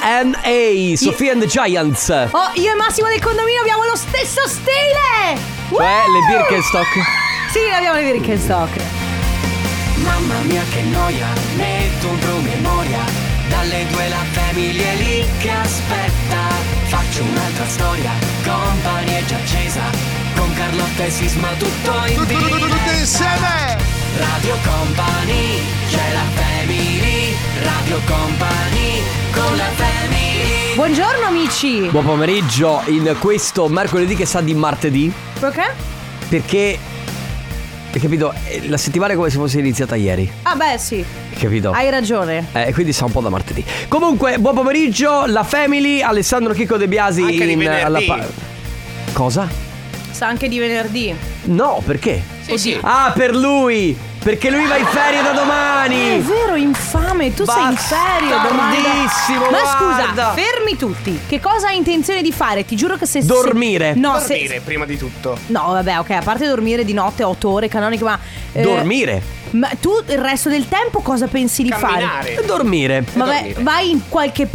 DNA, Sofia and the Giants. Oh, io e Massimo del condominio abbiamo lo stesso stile. Cioè le Birkenstock. Sì, abbiamo le Birkenstock. Mamma mia che noia, metto un promemoria. Dalle 2 la famiglia è lì che aspetta. Faccio un'altra storia, Company è già accesa. Con Carlotta e Sisma tutto in diretta. Insieme. Radio Company, c'è la family. Radio Company, con la family. Buongiorno amici. Buon pomeriggio in questo mercoledì che sa di martedì. Perché? Perché, hai capito, la settimana è come se fosse iniziata ieri. Ah beh sì, Hai capito? hai ragione. Quindi sa un po' da martedì. Comunque, buon pomeriggio, la family, Alessandro Chicco De Biasi Anche di venerdì. Cosa? Sa anche di venerdì. No, perché? Sì. Ah, per lui! Perché lui va in ferie da È domani! vero, infame, tu sei in ferie domani. Bastardissimo, Ma guarda. scusa, fermi tutti. Che cosa hai intenzione di fare? Ti giuro che se Dormire. No, Dormire prima di tutto. No, vabbè, ok, a parte dormire di notte 8 ore canoniche, ma Dormire. Ma tu il resto del tempo cosa pensi di fare? Camminare. Dormire. Vabbè, vai in qualche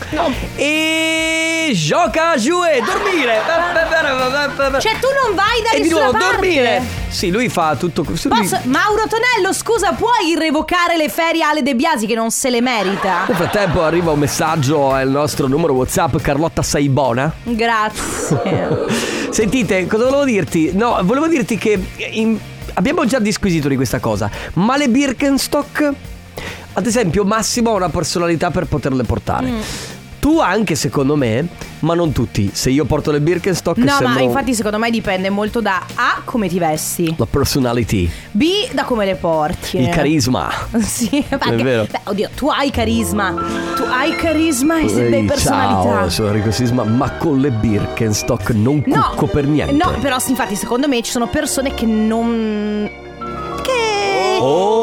E gioca giù e dormire. Cioè tu non vai da E di nessuna nuovo parte. dormire. Sì, lui fa tutto questo. Mauro Tonello, scusa, puoi revocare le ferie a Ale De Biasi che non se le merita? Nel frattempo arriva un messaggio al nostro numero WhatsApp. Carlotta sei buona? Grazie. Sentite, cosa volevo dirti? No, volevo dirti che abbiamo già disquisito di questa cosa. Ma le Birkenstock, ad esempio, Massimo ha una personalità per poterle portare. Tu anche, secondo me, ma non tutti. Se io porto le Birkenstock No, sembro ma infatti secondo me dipende molto da A, come ti vesti, la personality, B, da come le porti. il carisma. Sì, È vero. Beh, oddio, tu hai carisma. Tu hai carisma e sei Ehi, personalità. ciao, sono Enrico Sisma, ma con le Birkenstock non cucco per niente. No, però infatti secondo me ci sono persone che non... Che...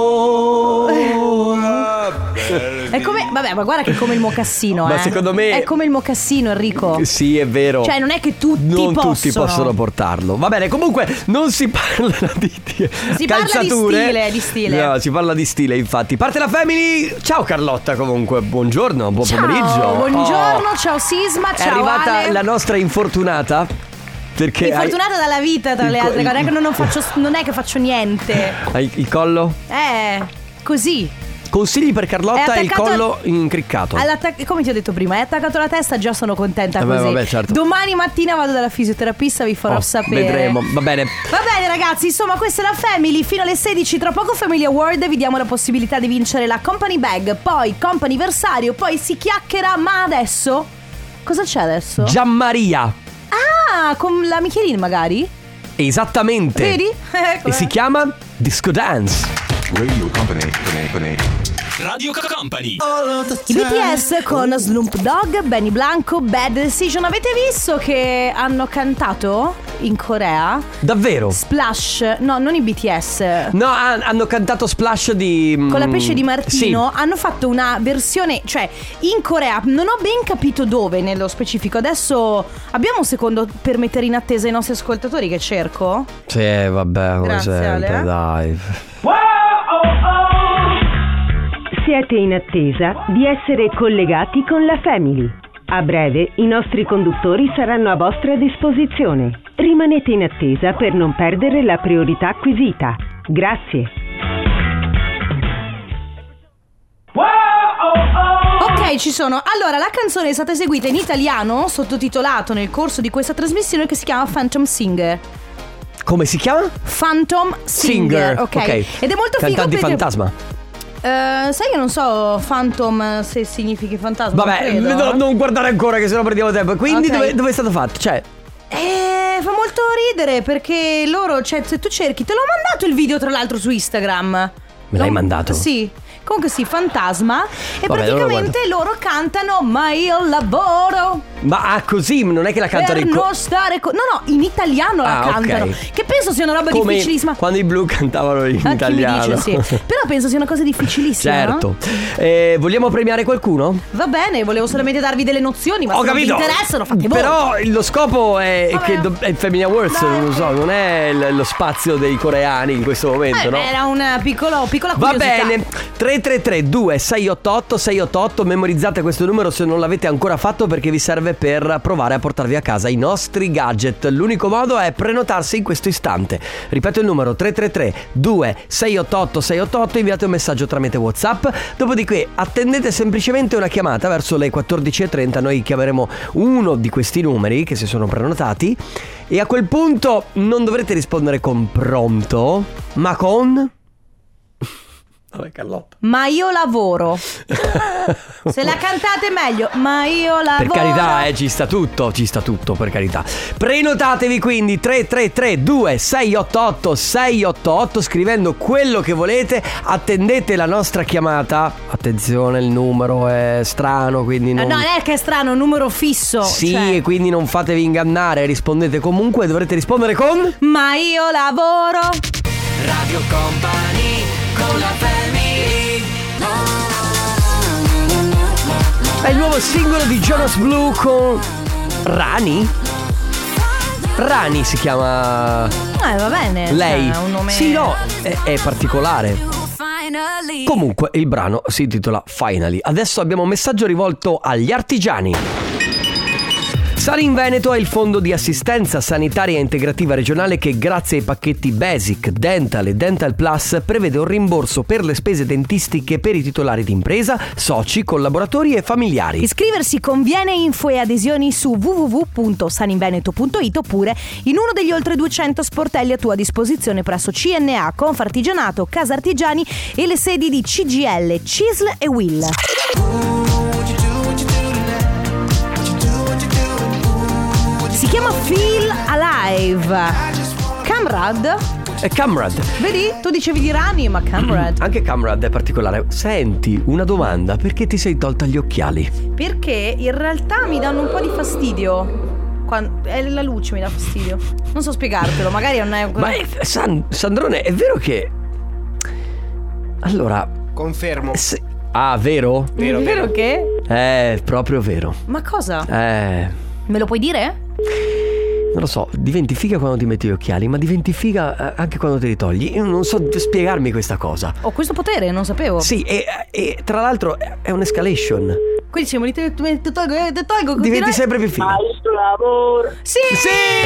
È come... Vabbè, ma guarda che è come il mocassino, Ma secondo me- è come il mocassino, Enrico. Sì, è vero. Cioè non è che tutti non possono. tutti possono portarlo. Va bene, comunque non si parla Si calzature. parla di stile. No, si parla di stile, infatti. Parte la family. Ciao Carlotta, comunque. Buongiorno, buon pomeriggio. Buongiorno, Oh, ciao Sisma, è ciao arrivata Ale. la nostra infortunata. Perché Infortunata dalla vita, tra le altre cose. Non è che faccio niente. hai il collo? Così. Consigli per Carlotta È e il attaccato collo incriccato. Come ti ho detto prima, è attaccato alla testa, già sono contenta così. Vabbè, certo. Domani mattina vado dalla fisioterapista, vi farò sapere. Vedremo, va bene. Va bene ragazzi, insomma questa è la Family. Fino alle 16 tra poco Family Award. Vi diamo la possibilità di vincere la Company Bag, poi Companiversario, poi si chiacchiera. Ma adesso? Cosa c'è adesso? Gianmaria. Ah, con la Michelin magari? Esattamente. Vedi? E si chiama Disco Dance. Radio Company. I BTS con Snoop Dogg, Benny Blanco, Bad Decision. Avete visto che hanno cantato in Corea? Davvero? Splash, no, non i BTS. No, hanno cantato Splash di... Con la Pesce di Martino. Sì. Hanno fatto una versione, cioè in Corea. Non ho ben capito dove nello specifico. Adesso abbiamo un secondo per mettere in attesa i nostri ascoltatori che cerco. Sì, vabbè, come Grazie, sempre, Ale. dai. Siete in attesa di essere collegati con la Family. A breve i nostri conduttori saranno a vostra disposizione. Rimanete in attesa per non perdere la priorità acquisita. Grazie. Ok, ci sono. Allora, la canzone è stata eseguita in italiano, sottotitolato nel corso di questa trasmissione, che si chiama Phantom Singer. Come si chiama? Phantom Singer, ok. Ed è molto figo Cantanti perché... fantasma. Sai che non so Phantom se significhi fantasma. Vabbè, non credo. non guardare ancora che sennò perdiamo tempo. Quindi Ok. dove è stato fatto? Cioè, Fa molto ridere perché loro, cioè se tu cerchi, te l'ho mandato il video tra l'altro su Instagram. Me l'hai mandato? Sì. Comunque sì, fantasma. E Vabbè, praticamente loro cantano "Ma io lavoro Ma così, non è che la cantano per in non stare no, in italiano la cantano. Ok. Che penso sia una roba Come difficilissima. quando i Blu cantavano in Chi mi italiano. dice, sì. Però penso sia una cosa difficilissima. Certo. Vogliamo premiare qualcuno? Va bene, volevo solamente darvi delle nozioni, ma Ho se capito. non vi interessano fate voi. Però lo scopo è Vabbè. che è il Family Awards, Dai. non lo so, non è lo spazio dei coreani in questo momento, no? Era una piccola Va curiosità. bene, 333-2688-688, memorizzate questo numero se non l'avete ancora fatto, perché vi serve per provare a portarvi a casa i nostri gadget. L'unico modo è prenotarsi in questo istante. Ripeto il numero 333-2688-688, inviate un messaggio tramite WhatsApp, dopodiché attendete semplicemente una chiamata verso le 14.30, noi chiameremo uno di questi numeri che si sono prenotati e a quel punto non dovrete rispondere con pronto, ma con... Vabbè, Carlotta. Ma io lavoro. Se la cantate meglio. Ma io lavoro. Per carità, ci sta tutto, per carità. Prenotatevi quindi 333-2688-688 scrivendo quello che volete. Attendete la nostra chiamata. Attenzione, il numero è strano, quindi non... No, non è che è strano, un numero fisso. Sì, cioè. e quindi non fatevi ingannare, rispondete comunque, dovrete rispondere con... Ma io lavoro. Radio Company con la family. È il nuovo singolo di Jonas Blue con Rani? Rani si chiama Va bene. lei. Cioè, un nome... Sì, no, è particolare. Comunque il brano si intitola Finally. Adesso abbiamo un messaggio rivolto agli artigiani. Sani in Veneto è il fondo di assistenza sanitaria integrativa regionale che grazie ai pacchetti Basic, Dental e Dental Plus prevede un rimborso per le spese dentistiche per i titolari di impresa, soci, collaboratori e familiari. Iscriversi conviene, info e adesioni su www.saninveneto.it oppure in uno degli oltre 200 sportelli a tua disposizione presso CNA, Confartigianato, Casa Artigiani e le sedi di CGL, CISL e Will. Si chiama Feel Alive. Camrad? E Camrad. Vedi? Tu dicevi di Rani, ma Camrad. Anche Camrad è particolare. Senti, una domanda, perché ti sei tolta gli occhiali? Perché in realtà mi danno un po' di fastidio. È la luce mi dà fastidio. Non so spiegartelo, magari non è... Ma Sandrone, è vero che... Allora... Confermo. Vero? Vero. che? È proprio vero. Ma cosa? Non Me lo puoi dire? lo so, diventi figa quando ti metti gli occhiali, ma diventi figa anche quando te li togli. Io non so spiegarmi questa cosa. Ho questo potere, non sapevo. Sì, e tra l'altro è un'escalation. Quindi siamo lì, te tolgo. Diventi sempre più figa. lavoro. Sì! Sì!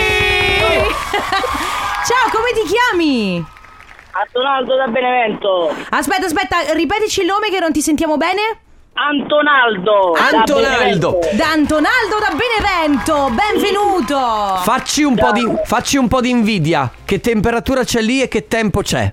Ciao, come ti chiami? Antonaldo da Benevento. Aspetta, ripetici il nome che non ti sentiamo bene. Antonaldo. Da Antonaldo da Benevento. Benvenuto. Facci un po' di invidia. Che temperatura c'è lì e che tempo c'è?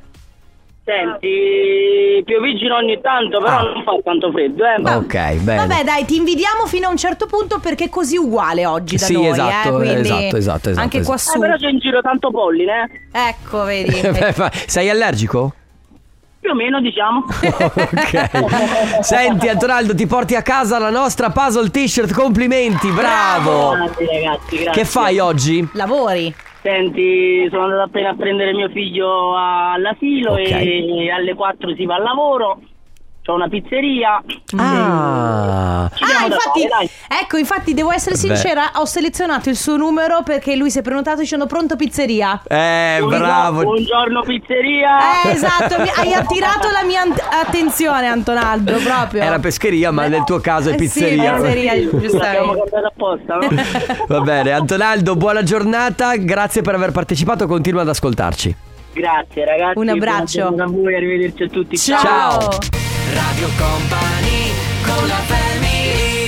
Senti, piovigina ogni tanto, però non fa tanto freddo, Ok, bene. Vabbè, dai, ti invidiamo fino a un certo punto perché è così uguale oggi da Sì, noi, esatto, quindi esatto, anche qua su. però c'è in giro tanto polline, Ecco, vedi. Sei allergico? più o meno, diciamo. Ok. Senti Antonaldo, ti porti a casa la nostra puzzle t-shirt. Complimenti, bravo. Grazie ragazzi, grazie. Che fai oggi? Lavori. Senti, sono andato appena a prendere mio figlio all'asilo Ok. e alle 4 si va al lavoro. C'ho una pizzeria. Ci diamo da infatti, fare, dai. ecco, infatti devo essere sincera, ho selezionato il suo numero perché lui si è prenotato dicendo pronto pizzeria. Bravo. Buongiorno pizzeria. Esatto, hai attirato la mia attenzione, Antonaldo, proprio. Era pescheria, ma nel tuo caso è Sì, pizzeria. pizzeria, L'abbiamo giustamente. cambiato apposta, no? Va bene, Antonaldo, buona giornata. Grazie per aver partecipato. Continua ad ascoltarci. Grazie ragazzi. Un abbraccio. Buona giornata a voi, arrivederci a tutti. Ciao. Radio Company con la family.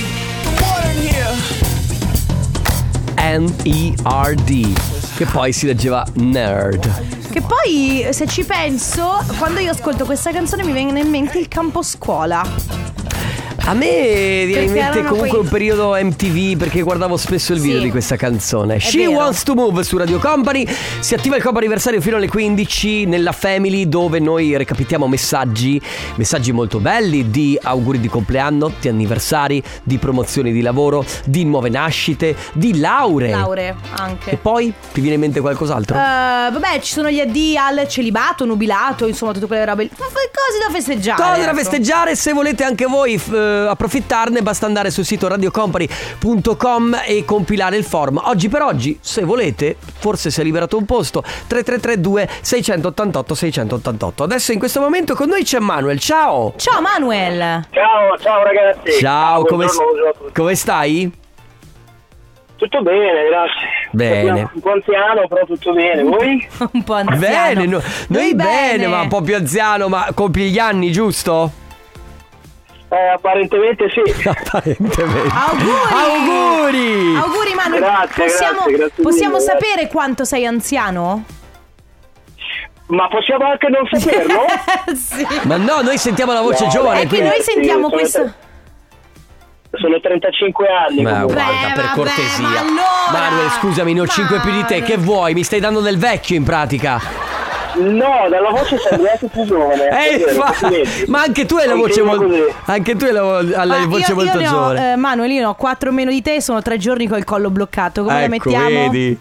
N-E-R-D, che poi si leggeva nerd. Che poi, se ci penso, quando io ascolto questa canzone mi viene in mente il campo scuola. A me viene in mente comunque quei... un periodo MTV, perché guardavo spesso il video di questa canzone. She vero. Wants to Move su Radio Company. Si attiva il comp'anniversario fino alle 15 nella Family, dove noi recapitiamo messaggi molto belli di auguri di compleanno, di anniversari, di promozioni di lavoro, di nuove nascite, di lauree anche. E poi ti viene in mente qualcos'altro? Vabbè, ci sono gli addii al celibato, nubilato, insomma tutte quelle robe. Cose da festeggiare. Cose da festeggiare. Se volete anche voi approfittarne, basta andare sul sito radiocompany.com e compilare il form. Oggi per oggi, se volete, forse si è liberato un posto. 3332 688 688. Adesso in questo momento con noi c'è Manuel. Ciao. Ciao Manuel. Ciao ragazzi. Ciao, come buongiorno. stai? Tutto bene, grazie. Bene. Un po' anziano, però tutto bene. Voi? Un po' anziano. Bene, noi bene, ma un po' più anziano, ma compi gli anni, giusto? Apparentemente sì. Apparentemente. Auguri Manuel. Grazie, possiamo mille, sapere quanto sei anziano? Ma possiamo anche non saperlo? Sì. Ma no, noi sentiamo la voce giovane. E qui noi sentiamo questo. Sono 35 anni. Ma comunque. guarda, per cortesia. ma allora... Manuel, scusami, ne ho 5 più di te. Che vuoi? Mi stai dando del vecchio in pratica. No, dalla voce sembrate più giovane. Ma anche tu hai la voce molto. Anche tu hai la voce molto giovane. Manuel, io ne ho 4 meno di te. Sono 3 giorni col collo bloccato. Come la mettiamo? Vedi.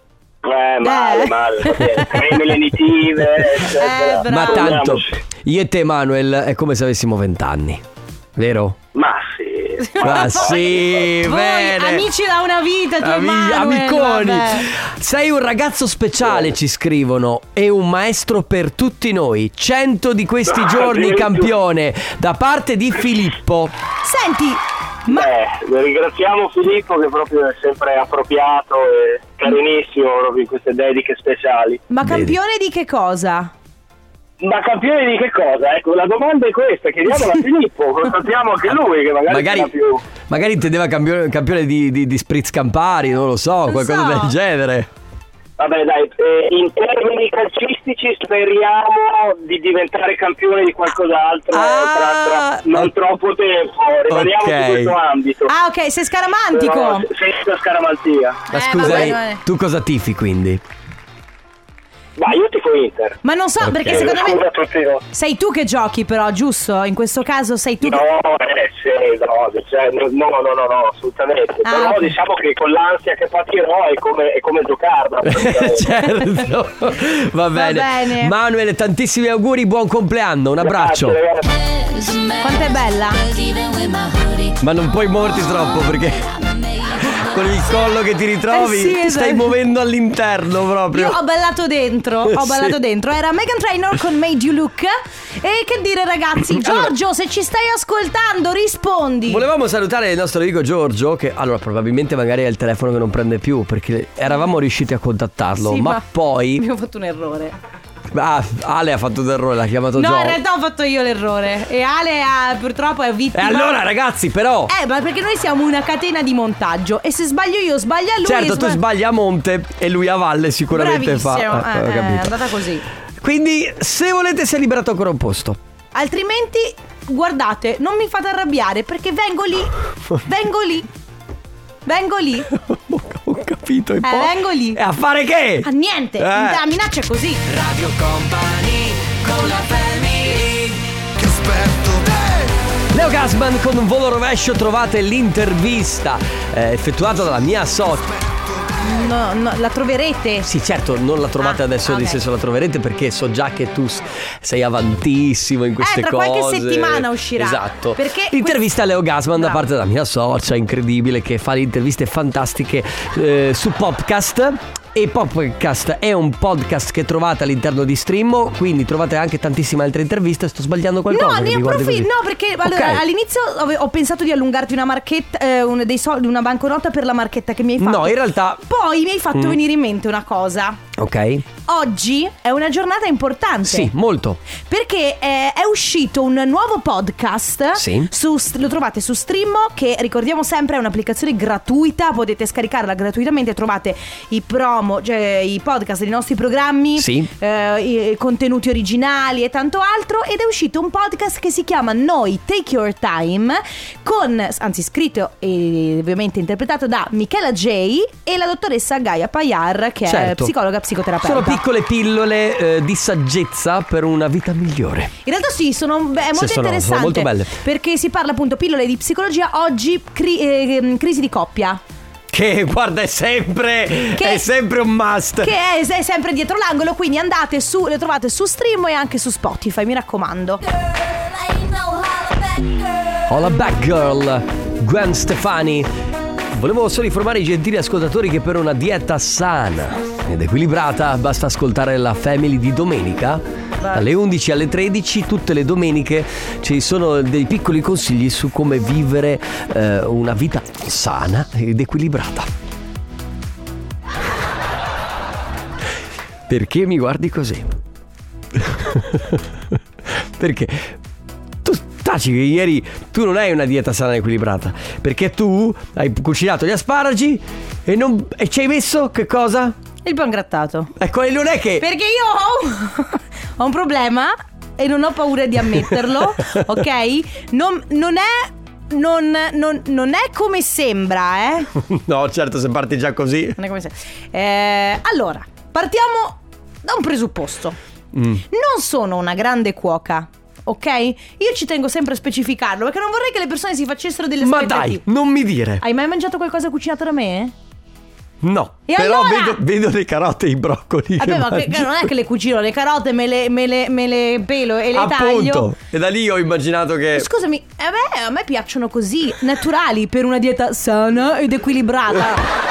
Male. Creme lenitive, eccetera. Ma tanto, io e te, Manuel, è come se avessimo 20 anni. Vero? Ma sì. Ma sì, voi, bene. amici da una vita, tu e Manuel, amiconi. vabbè. Sei un ragazzo speciale, ci scrivono, e un maestro per tutti noi. 100 di questi giorni, campione, da parte di Filippo. Senti, ringraziamo Filippo, che proprio è sempre appropriato e carinissimo proprio in queste dediche speciali. ma campione di che cosa? Ma campione di che cosa? Ecco, la domanda è questa, chiediamola a Filippo, lo sappiamo anche lui, che magari intendeva campione di spritz Campari, non lo so, qualcosa del genere. Vabbè dai, in termini calcistici speriamo di diventare campione di qualcos'altro tra non troppo tempo, rimaniamo su questo ambito. Ah, ok, sei scaramantico. Senza scaramanzia. Ma scusami, vabbè. tu cosa tifi quindi? Ma io tifo Inter. Ma non so, Ok. perché secondo me Scusa tutti, no. sei tu che giochi però, giusto? In questo caso sei tu No, no, assolutamente. Ah, Però ok. diciamo che con l'ansia che patirò è come giocarla. Certo. Va bene. Manuel, tantissimi auguri, buon compleanno, un abbraccio. Grazie, ragazzi. Quanto è bella? Ma non puoi muoverti troppo perché con il collo che ti ritrovi Sì, ti stai esatto. muovendo all'interno proprio. Io ho ballato dentro, Era Meghan Trainor con Made You Look. E che dire ragazzi, Giorgio, se ci stai ascoltando rispondi. Volevamo salutare il nostro amico Giorgio, che allora probabilmente magari è il telefono che non prende più, perché eravamo riusciti a contattarlo, Sì, ma poi abbiamo fatto un errore. Ale ha fatto un errore, l'ha chiamato No, Gio. in realtà ho fatto io l'errore. E Ale purtroppo è E vittima. allora ragazzi, però Ma perché noi siamo una catena di montaggio. E se sbaglio io, sbaglia lui. certo, tu sbagli a monte e lui a valle sicuramente Bravissimo. fa. Ho È capito. andata così. Quindi se volete si è liberato ancora un posto. Altrimenti, guardate, non mi fate arrabbiare, perché vengo lì. Ho capito. E poi vengo lì. E a fare che? Ah, niente, la minaccia è così. Radio Company con la family. Ti aspetto. Leo Gasman con un volo rovescio. Trovate l'intervista effettuata dalla mia socia. No, la troverete. Sì, certo, non la trovate adesso, ok. nel senso la troverete perché so già che tu sei avantissimo in queste tra cose. qualche settimana uscirà. Esatto. Perché l'intervista a Leo Gasman da Bravo. parte della mia socia incredibile, che fa le interviste fantastiche su podcast. E Podcast è un podcast che trovate all'interno di Stream, quindi trovate anche tantissime altre interviste. Sto sbagliando qualcosa? No, che mi guardi così? No, perché allora, Ok. all'inizio ho pensato di allungarti una marchetta, dei soldi, una banconota per la marchetta che mi hai fatto. No, in realtà Poi mi hai fatto venire in mente una cosa. Ok. Oggi è una giornata importante. Sì, molto. Perché è uscito un nuovo podcast. Sì. Lo trovate su Streammo, che ricordiamo sempre è un'applicazione gratuita. Potete scaricarla gratuitamente. Trovate i promo, cioè i podcast dei nostri programmi, sì. I contenuti originali e tanto altro. Ed è uscito un podcast che si chiama Noi Take Your Time, scritto e ovviamente interpretato da Michela J e la dottoressa Gaia Payar, che è psicologa psicoterapeuta. Sono piccole pillole di saggezza per una vita migliore. In realtà sì, è molto interessante. Sono molto belle. Perché si parla appunto pillole di psicologia. Oggi crisi di coppia. Che guarda è sempre un must. Che è sempre dietro l'angolo. Quindi andate su, le trovate su Streammo e anche su Spotify, mi raccomando. Hola Back Girl, Gwen Stefani. Volevo solo informare i gentili ascoltatori che per una dieta sana ed equilibrata basta ascoltare la Family di domenica. Dalle 11 alle 13 tutte le domeniche ci sono dei piccoli consigli su come vivere una vita sana ed equilibrata. Perché mi guardi così? Perché tu taci che ieri tu non hai una dieta sana e equilibrata, perché tu hai cucinato gli asparagi e ci hai messo che cosa? Il pangrattato. Ecco, e non è che... Perché io ho un problema e non ho paura di ammetterlo, ok? Non è come sembra, No, certo, se parti già così. Non è come sembra. Allora, partiamo da un presupposto. Non sono una grande cuoca, ok? Io ci tengo sempre a specificarlo, perché non vorrei che le persone si facessero delle aspettative. Ma dai, non mi dire. Hai mai mangiato qualcosa cucinato da me? No, e però allora? vedo le carote e i broccoli. Vabbè, ma non è che le cucino, le carote me le pelo e le taglio. Appunto. E da lì ho immaginato che... Scusami, a me piacciono così, naturali, per una dieta sana ed equilibrata.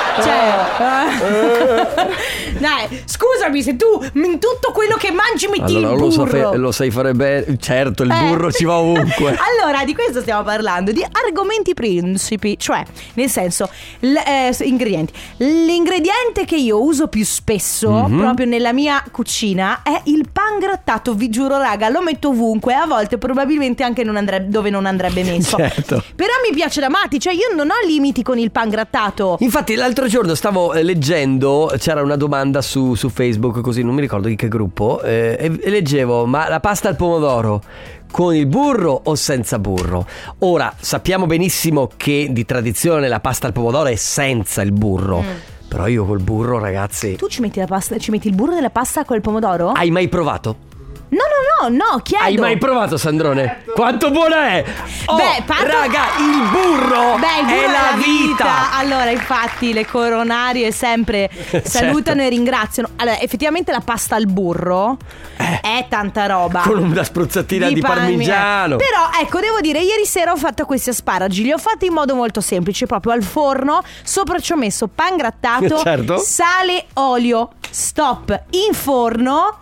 Dai, scusami, se tu in tutto quello che mangi metti il burro. Lo sai fare bene. Certo, il burro ci va ovunque. Allora, di questo stiamo parlando, di argomenti principi. Cioè, nel senso, ingredienti. L'ingrediente che io uso più spesso proprio nella mia cucina è il pangrattato. Vi giuro, raga, lo metto ovunque. A volte probabilmente anche dove non andrebbe messo. Certo. Però mi piace da matti. Cioè, io non ho limiti con il pangrattato. Infatti l'altro giorno stavo leggendo, c'era una domanda su Facebook, così non mi ricordo di che gruppo, e leggevo: ma la pasta al pomodoro con il burro o senza burro? Ora, sappiamo benissimo che di tradizione la pasta al pomodoro è senza il burro. Però io col burro, ragazzi. Tu ci metti il burro della pasta col pomodoro? Hai mai provato? No, chiedo. Hai mai provato, Sandrone? Certo. Quanto buona è? Raga, il burro è la vita. Allora, infatti, le coronarie sempre salutano e ringraziano. Allora, effettivamente la pasta al burro è tanta roba. Con una spruzzatina di parmigiano. Però, ecco, devo dire, ieri sera ho fatto questi asparagi. Li ho fatti in modo molto semplice, proprio al forno. Sopra ci ho messo pangrattato, certo, sale, olio, stop, in forno.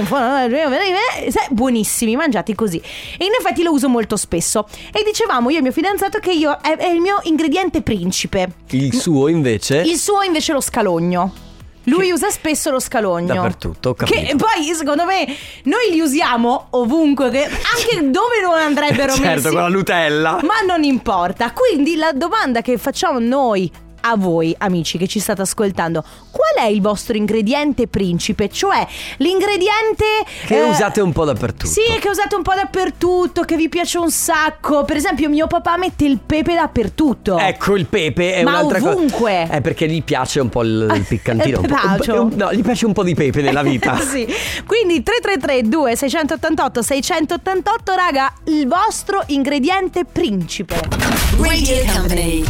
Buonissimi, mangiati così. E in effetti lo uso molto spesso. E dicevamo io e il mio fidanzato che è il mio ingrediente principe. Il suo invece? Il suo invece è lo scalogno. Lui usa spesso lo scalogno. Dappertutto, ho capito. Che poi secondo me noi li usiamo ovunque, anche dove non andrebbero messi. Certo, con la Nutella. Ma non importa. Quindi la domanda che facciamo noi a voi amici che ci state ascoltando: qual è il vostro ingrediente principe? Cioè l'ingrediente che usate un po' dappertutto. Sì, che usate un po' dappertutto, che vi piace un sacco. Per esempio mio papà mette il pepe dappertutto. Ecco, il pepe è un'altra cosa. Ma ovunque. Perché gli piace un po' il piccantino. No, gli piace un po' di pepe nella vita. Sì. Quindi 333 2688 688, raga, il vostro ingrediente principe. Radio Company.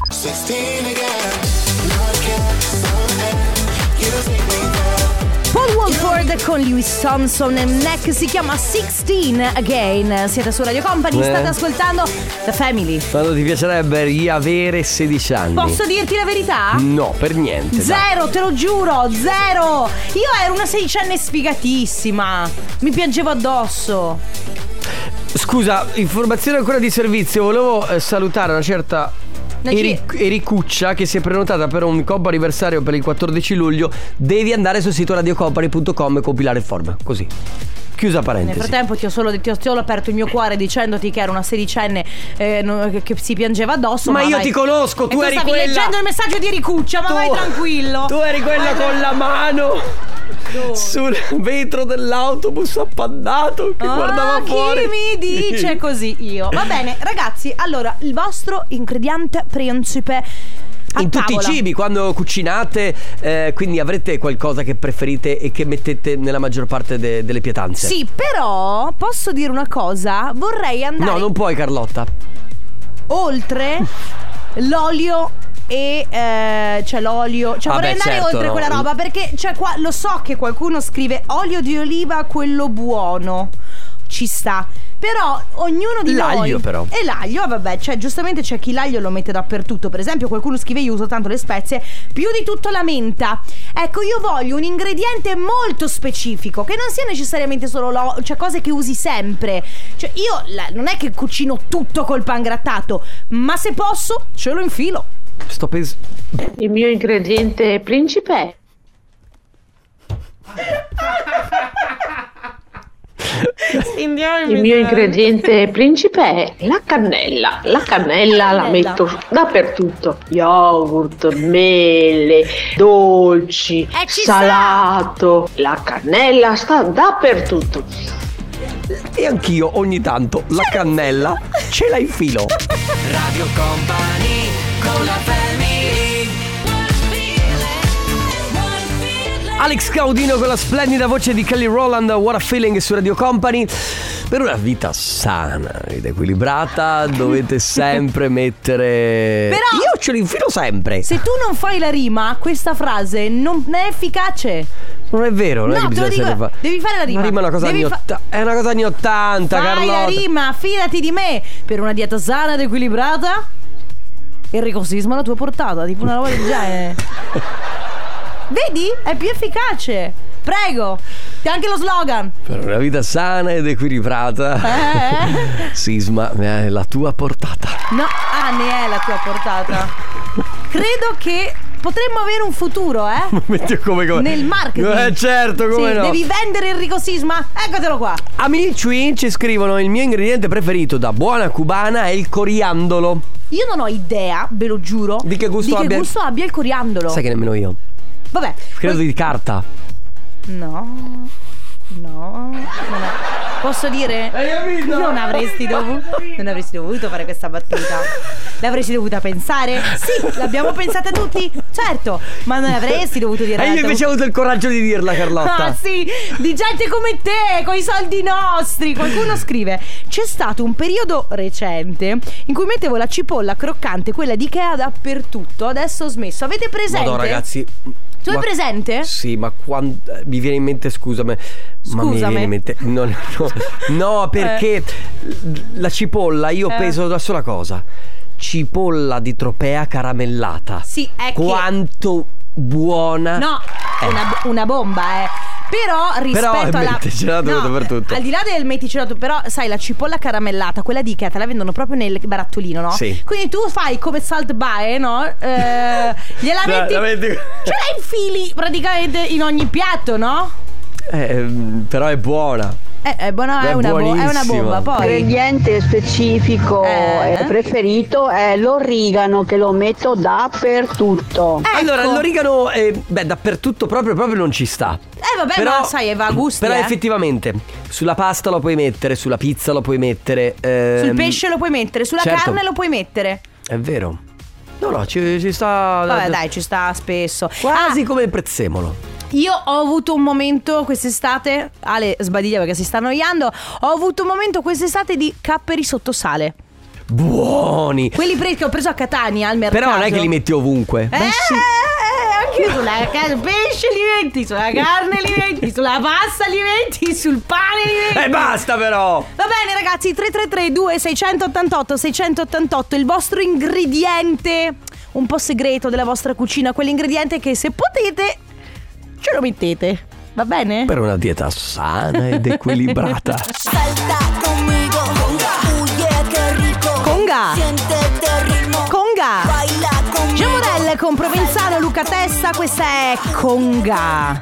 Paul Woolford con Louis Thompson e Neck, si chiama 16 Again. Siete su Radio Company, state ascoltando The Family. Quando ti piacerebbe riavere 16 anni? Posso dirti la verità? No, per niente. Zero, te lo giuro, zero. Io ero una 16enne sfigatissima. Mi piangevo addosso. Scusa, informazione ancora di servizio. Volevo salutare una certa Ericuccia, che si è prenotata per un compo anniversario per il 14 luglio, devi andare sul sito radiocompany.com e compilare il form. Così. Chiusa parentesi. Nel frattempo ti ho solo aperto il mio cuore dicendoti che era una sedicenne che si piangeva addosso. Ma io ti conosco, tu eri stavi quella. leggendo il messaggio di Ricuccia, ma vai tranquillo. Tu eri quella con la mano sul vetro dell'autobus appannato che guardava fuori. Chi mi dice così io? Va bene, ragazzi, allora il vostro ingrediente principe in tutti i cibi, quando cucinate, quindi avrete qualcosa che preferite e che mettete nella maggior parte delle pietanze. Sì, però posso dire una cosa, vorrei andare. No, non puoi, Carlotta. Oltre l'olio e l'olio, vorrei andare oltre quella roba, perché qua lo so che qualcuno scrive olio di oliva, quello buono, ci sta. Però ognuno di noi. L'aglio però. E l'aglio, vabbè, giustamente c'è chi l'aglio lo mette dappertutto. Per esempio qualcuno scrive io uso tanto le spezie, più di tutto la menta. Ecco, io voglio un ingrediente molto specifico, che non sia necessariamente solo cose che usi sempre. Cioè io non è che cucino tutto col pangrattato, ma se posso ce lo infilo. Il mio ingrediente principe è il mio ingrediente principe è la cannella. La cannella la metto dappertutto. Yogurt, mele, dolci, salato. La cannella sta dappertutto. E anch'io ogni tanto la cannella ce la infilo. Radio Company con la family. Alex Caudino con la splendida voce di Kelly Rowland, What a Feeling su Radio Company. Per una vita sana ed equilibrata dovete sempre mettere. Però io ce l'infilo sempre. Se tu non fai la rima, questa frase non è efficace. Non è vero, non è che bisogna devi fare la rima. La rima è una cosa è una cosa anni 80, Fai Carlotta. la rima, fidati di me. Per una dieta sana ed equilibrata, Enrico Sisma alla tua portata, tipo una roba del genere. Vedi? È più efficace. Prego. C'è anche lo slogan. Per una vita sana ed equilibrata, Sisma è la tua portata. No, ne è la tua portata. Credo che potremmo avere un futuro, come nel marketing. Certo, come no. Devi vendere Enrico Sisma. Eccotelo qua. Amici ci scrivono: il mio ingrediente preferito da buona cubana è il coriandolo. Io non ho idea, ve lo giuro, di che gusto abbia il coriandolo. Sai che nemmeno io. Vabbè. Credo di carta. No. Posso dire? Non avresti dovuto fare questa battuta. L'avresti dovuta pensare? Sì, l'abbiamo pensata tutti, certo. Ma non avresti dovuto dire. E io invece ho avuto il coraggio di dirla, Carlotta. Ah sì, di gente come te, con i soldi nostri. Qualcuno scrive: c'è stato un periodo recente in cui mettevo la cipolla croccante, quella di Ikea, dappertutto. Adesso ho smesso. Avete presente? No, ragazzi. Tu hai presente? Sì, ma quando mi viene in mente, scusami. Ma mi viene in mente. No, perché la cipolla, io penso da sola cosa. Cipolla di Tropea caramellata. Sì, è quanto buona. No, una bomba, Però rispetto dappertutto. Al di là del meticelato, però sai, la cipolla caramellata, quella di Ikea, te la vendono proprio nel barattolino, no? Sì. Quindi tu fai come Salt Bae, no? Gliela metti, ce la infili praticamente in ogni piatto, no? Però è buona. È buona, è una bomba. Poi l'ingrediente specifico e preferito è l'origano, che lo metto dappertutto. Allora l'origano dappertutto proprio non ci sta. Vabbè, però, ma sai, va a gusti. Però effettivamente sulla pasta lo puoi mettere, sulla pizza lo puoi mettere, sul pesce lo puoi mettere, sulla carne lo puoi mettere. È vero. No, ci sta. Vabbè, dai, ci sta spesso. Quasi come il prezzemolo. Io ho avuto un momento quest'estate, Ale sbadiglia perché si sta annoiando. Ho avuto un momento quest'estate di capperi sotto sale. Buoni. Quelli che ho preso a Catania al mercato. Però non è che li metti ovunque. Sì. Anche sulla pesce li metti, sulla carne li metti, sulla pasta li metti, sul pane li metti. E basta però. Va bene ragazzi, 333-2688-688, il vostro ingrediente un po' segreto della vostra cucina, quell'ingrediente che se potete ce lo mettete, va bene? Per una dieta sana ed equilibrata. Salta conmigo, conga, huye que rico. Conga. Siéntete ritmo. Conga. con Provenzano, Luca Testa. Questa è Conga.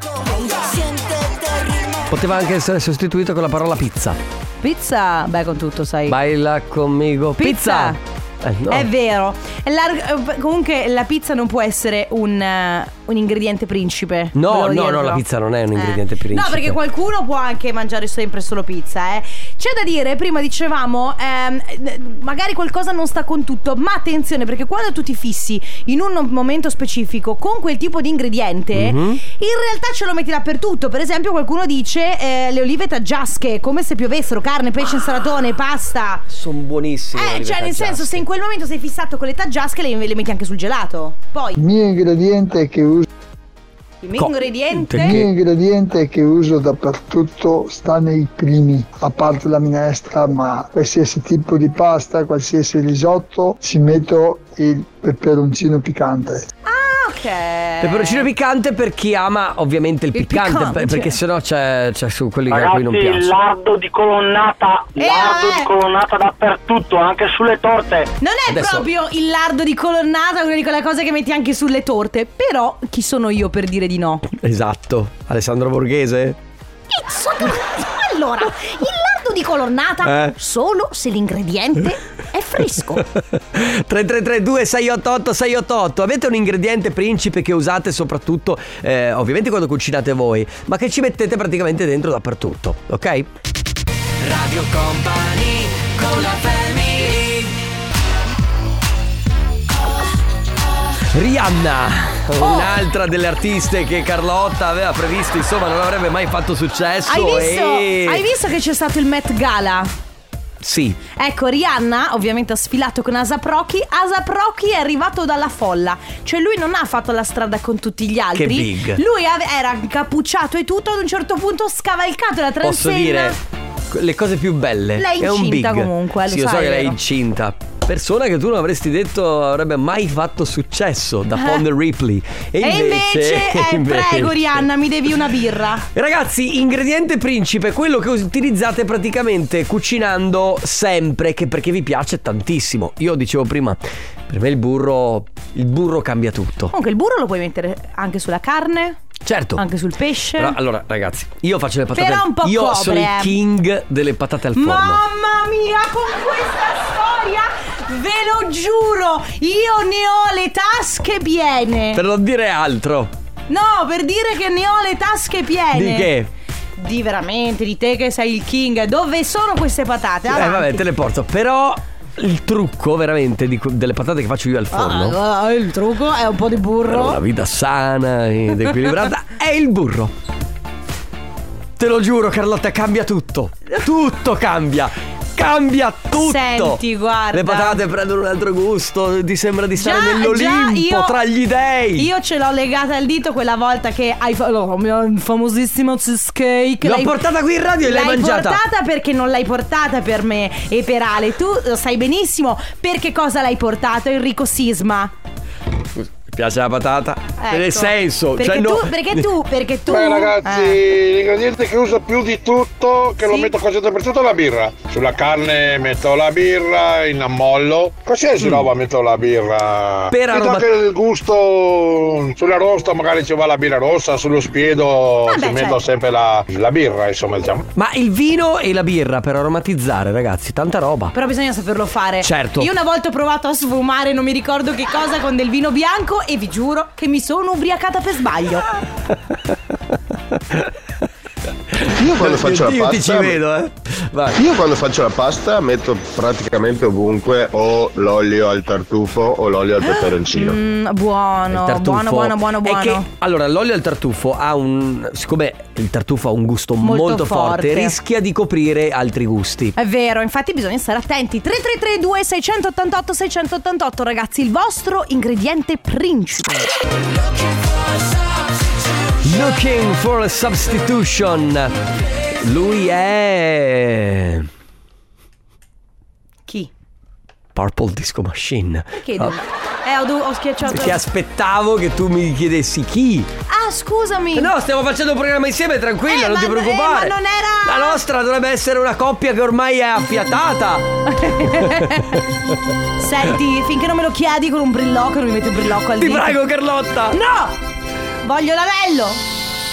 Poteva anche essere sostituito con la parola pizza. Pizza? Beh, con tutto, sai. Baila conmigo. Pizza. No. È vero. Comunque la pizza non può essere un ingrediente principe. No, la pizza non è un ingrediente principe. No, perché qualcuno può anche mangiare sempre solo pizza, C'è da dire, prima dicevamo, magari qualcosa non sta con tutto, ma attenzione, perché quando tu ti fissi in un momento specifico con quel tipo di ingrediente, in realtà ce lo metti dappertutto. Per esempio qualcuno dice le olive taggiasche, come se piovessero, carne, pesce, insalatone, pasta. Sono buonissime. Cioè nel senso, se in quel momento sei fissato con le taggiasche, le metti anche sul gelato. Poi il mio ingrediente che uso il mio ingrediente che uso dappertutto sta nei primi, a parte la minestra, ma qualsiasi tipo di pasta, qualsiasi risotto, ci metto il peperoncino piccante. Peperoncino piccante per chi ama ovviamente il piccante, perché sennò c'è su quelli a cui non piace. Il lardo di colonnata, di colonnata dappertutto, anche sulle torte. Non è proprio il lardo di colonnata, una di quelle cose che metti anche sulle torte. Però chi sono io per dire di no? Esatto, Alessandro Borghese. Allora, il lardo di colonnata solo se l'ingrediente è fresco. 3332 688 688. Avete un ingrediente principe che usate soprattutto ovviamente quando cucinate voi, ma che ci mettete praticamente dentro dappertutto, ok? Radio Company con la family. Rihanna, un'altra delle artiste che Carlotta aveva previsto, insomma, non avrebbe mai fatto successo. Hai visto che c'è stato il Met Gala? Sì. Ecco, Rihanna ovviamente ha sfilato con A$AP Rocky. A$AP Rocky è arrivato dalla folla. Cioè lui non ha fatto la strada con tutti gli altri. Che big. Lui era incappucciato e tutto. Ad un certo punto scavalcato la transenna. Posso dire le cose più belle. Lei è incinta comunque, sì, lo so che lei è incinta. Persona che tu non avresti detto avrebbe mai fatto successo da Pond Ripley. E invece prego Rihanna, mi devi una birra. Ragazzi, ingrediente principe, quello che utilizzate praticamente cucinando sempre, che perché vi piace tantissimo. Io dicevo prima, per me il burro cambia tutto. Comunque il burro lo puoi mettere anche sulla carne. Certo. Anche sul pesce. Però, allora ragazzi, io faccio le patate. Però un po' io sono il king delle patate al forno. Mamma mia, con questa storia ve lo giuro, io ne ho le tasche piene. Per non dire altro. No, per dire che ne ho le tasche piene. Di che? Di veramente, di te che sei il king. Dove sono queste patate? Vabbè, te le porto. Però il trucco veramente delle patate che faccio io al forno, il trucco è un po' di burro. Per una vita sana ed equilibrata è il burro. Te lo giuro Carlotta, cambia tutto. Tutto cambia. Cambia tutto. Senti, guarda, le patate prendono un altro gusto. Ti sembra di stare nell'Olimpo tra gli dei. Io ce l'ho legata al dito quella volta che hai il famosissimo cheesecake. L'ho portata qui in radio e l'hai mangiata. L'hai portata perché non l'hai portata per me e per Ale. Tu lo sai benissimo perché cosa l'hai portato, Enrico Sisma. Mi piace la patata? Ecco. Nel senso, perché cioè perché tu Beh ragazzi, l'ingrediente che uso più di tutto, che lo metto quasi dappertutto, è la birra. Sulla carne metto la birra, in ammollo, qualsiasi roba metto la birra. Per anche il gusto, sulla rosta magari ci va la birra rossa, sullo spiedo ci metto sempre la birra, insomma, diciamo. Ma il vino e la birra per aromatizzare, ragazzi, tanta roba. Però bisogna saperlo fare. Certo. Io una volta ho provato a sfumare, non mi ricordo che cosa, con del vino bianco, e vi giuro che mi sono ubriacata per sbaglio. Io quando faccio la pasta, ti ci vedo, Vai. Io quando faccio la pasta metto praticamente ovunque o l'olio al tartufo o l'olio al peperoncino. Buono, buono. È che, allora, l'olio al tartufo siccome il tartufo ha un gusto molto forte, rischia di coprire altri gusti. È vero, infatti bisogna stare attenti. 3332 688 688, ragazzi, il vostro ingrediente principe. Looking for a substitution. Lui è... Chi? Purple Disco Machine. Che ho schiacciato. Perché aspettavo che tu mi chiedessi chi. Ah, scusami. No, stiamo facendo un programma insieme, tranquilla, non ti preoccupare. Ma non era. La nostra dovrebbe essere una coppia che ormai è affiatata. Senti, finché non me lo chiedi con un brillocco, non mi metti un brillocco al Ti dito. prego, Carlotta. No! Voglio l'anello.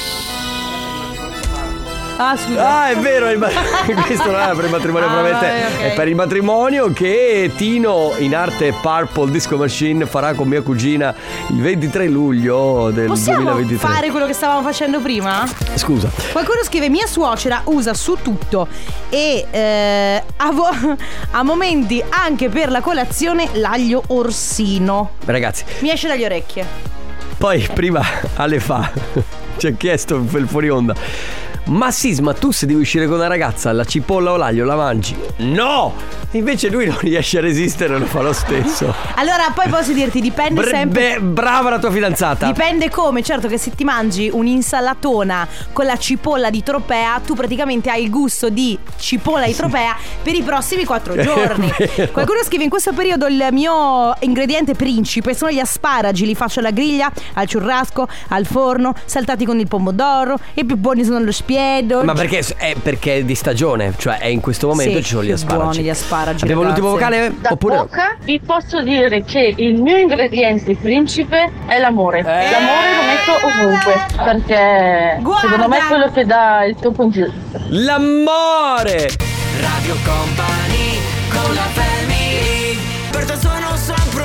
Ah, scusa. Ah, è vero, questo non è per il matrimonio, probabilmente okay. è per il matrimonio che Tino, in arte Purple Disco Machine, farà con mia cugina il 23 luglio del Possiamo 2023. fare quello che stavamo facendo prima? Scusa. Qualcuno scrive: mia suocera usa su tutto e a momenti anche per la colazione l'aglio orsino. Ragazzi, Mi esce dalle orecchie. poi prima Ale ci ha chiesto il fuori onda: ma Sisma, tu se devi uscire con una ragazza, la cipolla o l'aglio la mangi? No! Invece lui non riesce a resistere e lo fa lo stesso. Allora, poi posso dirti, dipende sempre. Brava la tua fidanzata. Dipende come, certo che se ti mangi un'insalatona con la cipolla di Tropea, tu praticamente hai il gusto di cipolla di Tropea per i prossimi 4 giorni. Qualcuno scrive: in questo periodo il mio ingrediente principe sono gli asparagi, li faccio alla griglia, al churrasco, al forno, saltati con il pomodoro, e più buoni sono lo spiedo. Ma perché è di stagione, cioè è in questo momento ci sono gli asparagi. Buoni gli asparagi. Abbiamo l'ultimo vocale? Da Oppure poca vi posso dire che il mio ingrediente principe è l'amore. L'amore lo metto ovunque, perché secondo me è quello che dà il tocco in più. L'amore! Radio Company con la family. Per te sono sempre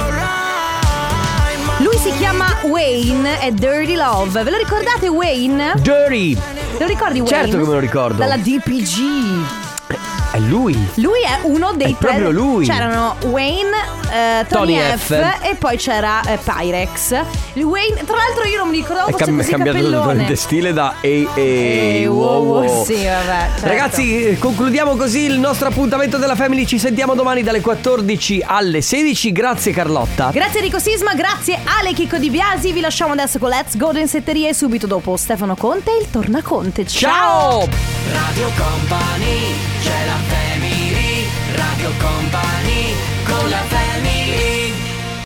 online. Lui si chiama Wayne, è Dirty Love. Ve lo ricordate Wayne? Dirty! Lo ricordi Wayne? Certo che me lo ricordo. Dalla DPG. È lui. Lui è uno dei tre. Proprio lui. C'erano Wayne, Tony F e poi c'era Pyrex. Il Wayne, tra l'altro io non mi ricordavo fosse così cambiato capellone. totalmente stile da wow. Sì, vabbè, certo. Ragazzi, concludiamo così il nostro appuntamento della Family. Ci sentiamo domani dalle 14 alle 16. Grazie Carlotta. Grazie Enrico Sisma, grazie Ale Chicco Di Biasi. Vi lasciamo adesso con Let's Go Densetteria e subito dopo Stefano Conte e il Tornaconte. Ciao! Radio Company, c'è la family. Radio Company con la family.